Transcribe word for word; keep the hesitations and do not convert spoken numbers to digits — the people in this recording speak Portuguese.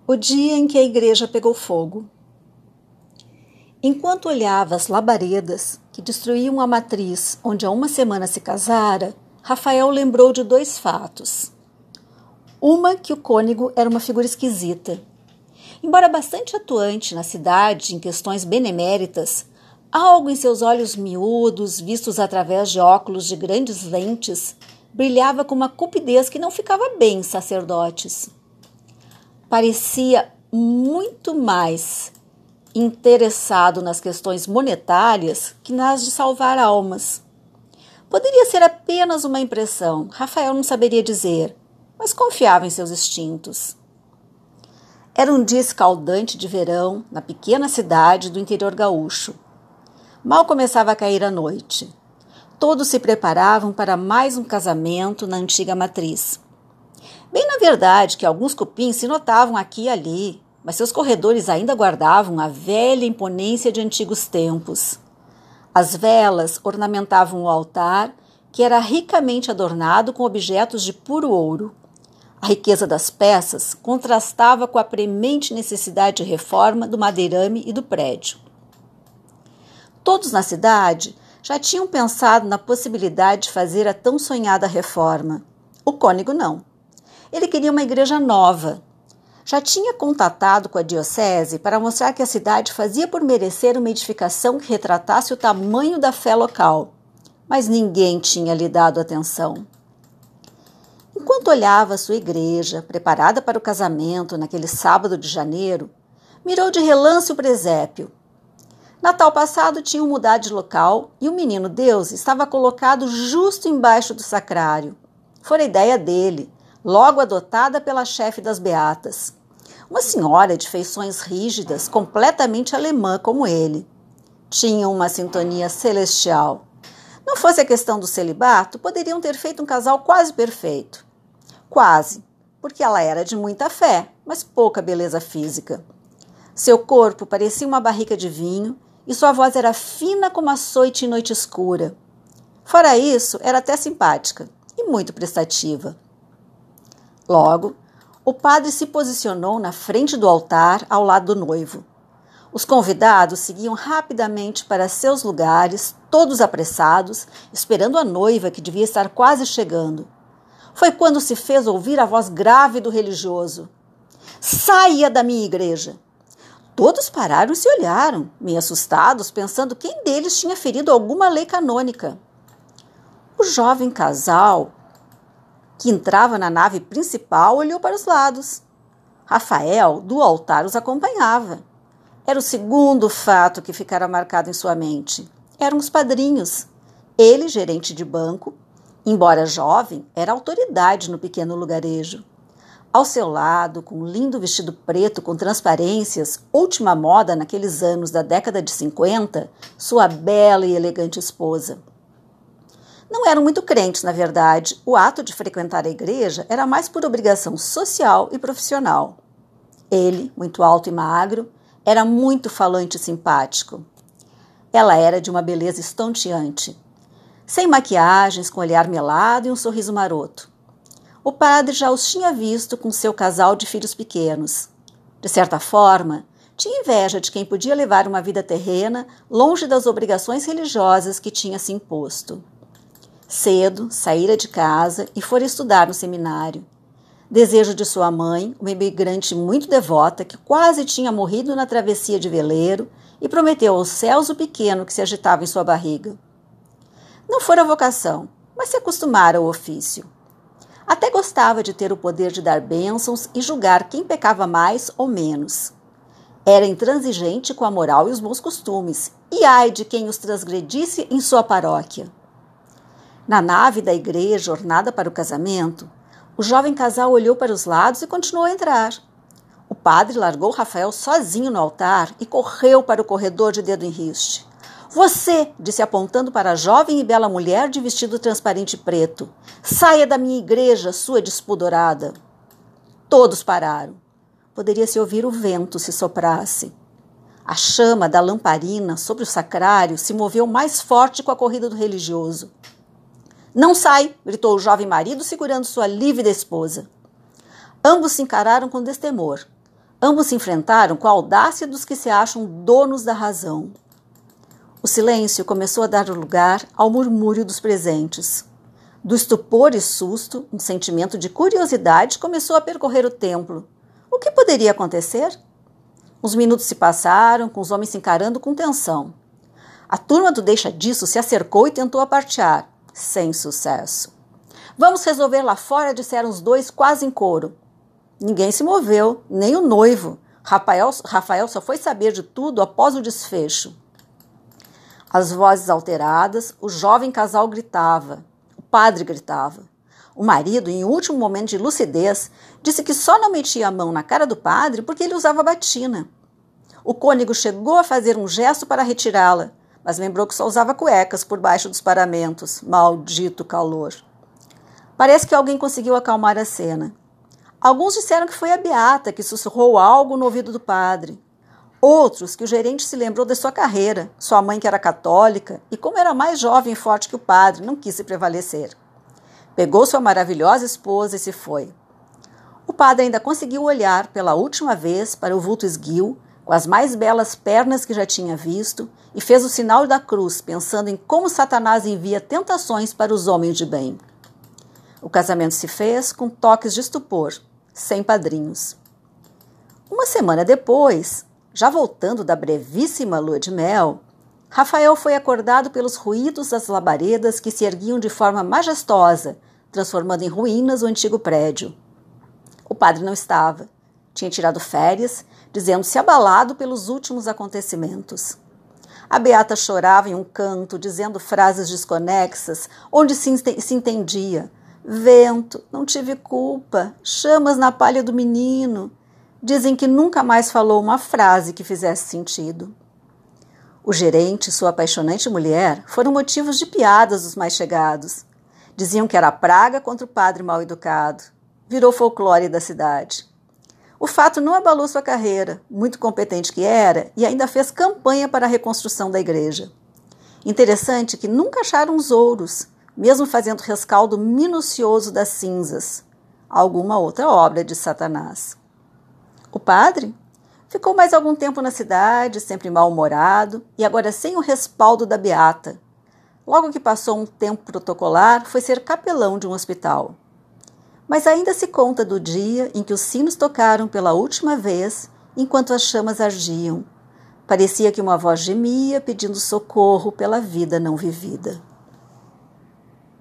O dia em que a igreja pegou fogo. Enquanto olhava as labaredas que destruíam a matriz onde há uma semana se casara, Rafael lembrou de dois fatos. Uma, que o cônego era uma figura esquisita. Embora bastante atuante na cidade em questões beneméritas, algo em seus olhos miúdos, vistos através de óculos de grandes lentes, brilhava com uma cupidez que não ficava bem em sacerdotes. Parecia muito mais interessado nas questões monetárias que nas de salvar almas. Poderia ser apenas uma impressão, Rafael não saberia dizer, mas confiava em seus instintos. Era um dia escaldante de verão na pequena cidade do interior gaúcho. Mal começava a cair a noite. Todos se preparavam para mais um casamento na antiga matriz. Bem na verdade que alguns cupins se notavam aqui e ali, mas seus corredores ainda guardavam a velha imponência de antigos tempos. As velas ornamentavam o altar, que era ricamente adornado com objetos de puro ouro. A riqueza das peças contrastava com a premente necessidade de reforma do madeirame e do prédio. Todos na cidade já tinham pensado na possibilidade de fazer a tão sonhada reforma. O cônego não. Ele queria uma igreja nova. Já tinha contatado com a diocese para mostrar que a cidade fazia por merecer uma edificação que retratasse o tamanho da fé local, mas ninguém tinha lhe dado atenção. Enquanto olhava a sua igreja, preparada para o casamento naquele sábado de janeiro, mirou de relance o presépio. Natal passado tinham mudado de local e o menino Deus estava colocado justo embaixo do sacrário. Fora ideia dele, logo adotada pela chefe das beatas. Uma senhora de feições rígidas, completamente alemã como ele. Tinham uma sintonia celestial. Não fosse a questão do celibato, poderiam ter feito um casal quase perfeito. Quase, porque ela era de muita fé, mas pouca beleza física. Seu corpo parecia uma barrica de vinho e sua voz era fina como açoite em noite escura. Fora isso, era até simpática e muito prestativa. Logo, o padre se posicionou na frente do altar ao lado do noivo. Os convidados seguiam rapidamente para seus lugares, todos apressados, esperando a noiva que devia estar quase chegando. Foi quando se fez ouvir a voz grave do religioso. Saia da minha igreja! Todos pararam e se olharam, meio assustados, pensando quem deles tinha ferido alguma lei canônica. O jovem casal que entrava na nave principal olhou para os lados. Rafael, do altar, os acompanhava. Era o segundo fato que ficara marcado em sua mente. Eram os padrinhos. Ele, gerente de banco, embora jovem, era autoridade no pequeno lugarejo. Ao seu lado, com um lindo vestido preto com transparências, última moda naqueles anos da década de cinquenta, sua bela e elegante esposa. Não eram muito crentes, na verdade. O ato de frequentar a igreja era mais por obrigação social e profissional. Ele, muito alto e magro, era muito falante e simpático. Ela era de uma beleza estonteante. Sem maquiagens, com olhar melado e um sorriso maroto. O padre já os tinha visto com seu casal de filhos pequenos. De certa forma, tinha inveja de quem podia levar uma vida terrena longe das obrigações religiosas que tinha se imposto. Cedo, saíra de casa e fora estudar no seminário. Desejo de sua mãe, uma imigrante muito devota que quase tinha morrido na travessia de veleiro e prometeu aos céus o pequeno que se agitava em sua barriga. Não fora vocação, mas se acostumara ao ofício. Até gostava de ter o poder de dar bênçãos e julgar quem pecava mais ou menos. Era intransigente com a moral e os bons costumes, e ai de quem os transgredisse em sua paróquia. Na nave da igreja ornada para o casamento, o jovem casal olhou para os lados e continuou a entrar. O padre largou Rafael sozinho no altar e correu para o corredor de dedo em riste. Você, disse apontando para a jovem e bela mulher de vestido transparente preto, saia da minha igreja, sua despudorada. Todos pararam. Poderia-se ouvir o vento se soprasse. A chama da lamparina sobre o sacrário se moveu mais forte com a corrida do religioso. Não sai, gritou o jovem marido segurando sua lívida esposa. Ambos se encararam com destemor. Ambos se enfrentaram com a audácia dos que se acham donos da razão. O silêncio começou a dar lugar ao murmúrio dos presentes. Do estupor e susto, um sentimento de curiosidade começou a percorrer o templo. O que poderia acontecer? Os minutos se passaram, com os homens se encarando com tensão. A turma do deixa disso se acercou e tentou apartear, sem sucesso. Vamos resolver lá fora, disseram os dois quase em coro. Ninguém se moveu, nem o noivo. Rafael, Rafael só foi saber de tudo após o desfecho. As vozes alteradas, o jovem casal gritava, o padre gritava. O marido, em último momento de lucidez, disse que só não metia a mão na cara do padre porque ele usava batina. O cônego chegou a fazer um gesto para retirá-la, mas lembrou que só usava cuecas por baixo dos paramentos. Maldito calor. Parece que alguém conseguiu acalmar a cena. Alguns disseram que foi a Beata que sussurrou algo no ouvido do padre. Outros que o gerente se lembrou da sua carreira, sua mãe que era católica e como era mais jovem e forte que o padre, não quis se prevalecer. Pegou sua maravilhosa esposa e se foi. O padre ainda conseguiu olhar pela última vez para o vulto esguio, com as mais belas pernas que já tinha visto, e fez o sinal da cruz, pensando em como Satanás envia tentações para os homens de bem. O casamento se fez com toques de estupor, sem padrinhos. Uma semana depois, já voltando da brevíssima lua de mel, Rafael foi acordado pelos ruídos das labaredas que se erguiam de forma majestosa, transformando em ruínas o antigo prédio. O padre não estava. Tinha tirado férias, dizendo-se abalado pelos últimos acontecimentos. A Beata chorava em um canto, dizendo frases desconexas, onde se entendia: vento, não tive culpa, chamas na palha do menino. Dizem que nunca mais falou uma frase que fizesse sentido. O gerente e sua apaixonante mulher foram motivos de piadas dos mais chegados. Diziam que era praga contra o padre mal educado. Virou folclore da cidade. O fato não abalou sua carreira, muito competente que era, e ainda fez campanha para a reconstrução da igreja. Interessante que nunca acharam os ouros, mesmo fazendo rescaldo minucioso das cinzas. Alguma outra obra de Satanás. O padre ficou mais algum tempo na cidade, sempre mal-humorado, e agora sem o respaldo da Beata. Logo que passou um tempo protocolar, foi ser capelão de um hospital. Mas ainda se conta do dia em que os sinos tocaram pela última vez, enquanto as chamas ardiam. Parecia que uma voz gemia pedindo socorro pela vida não vivida.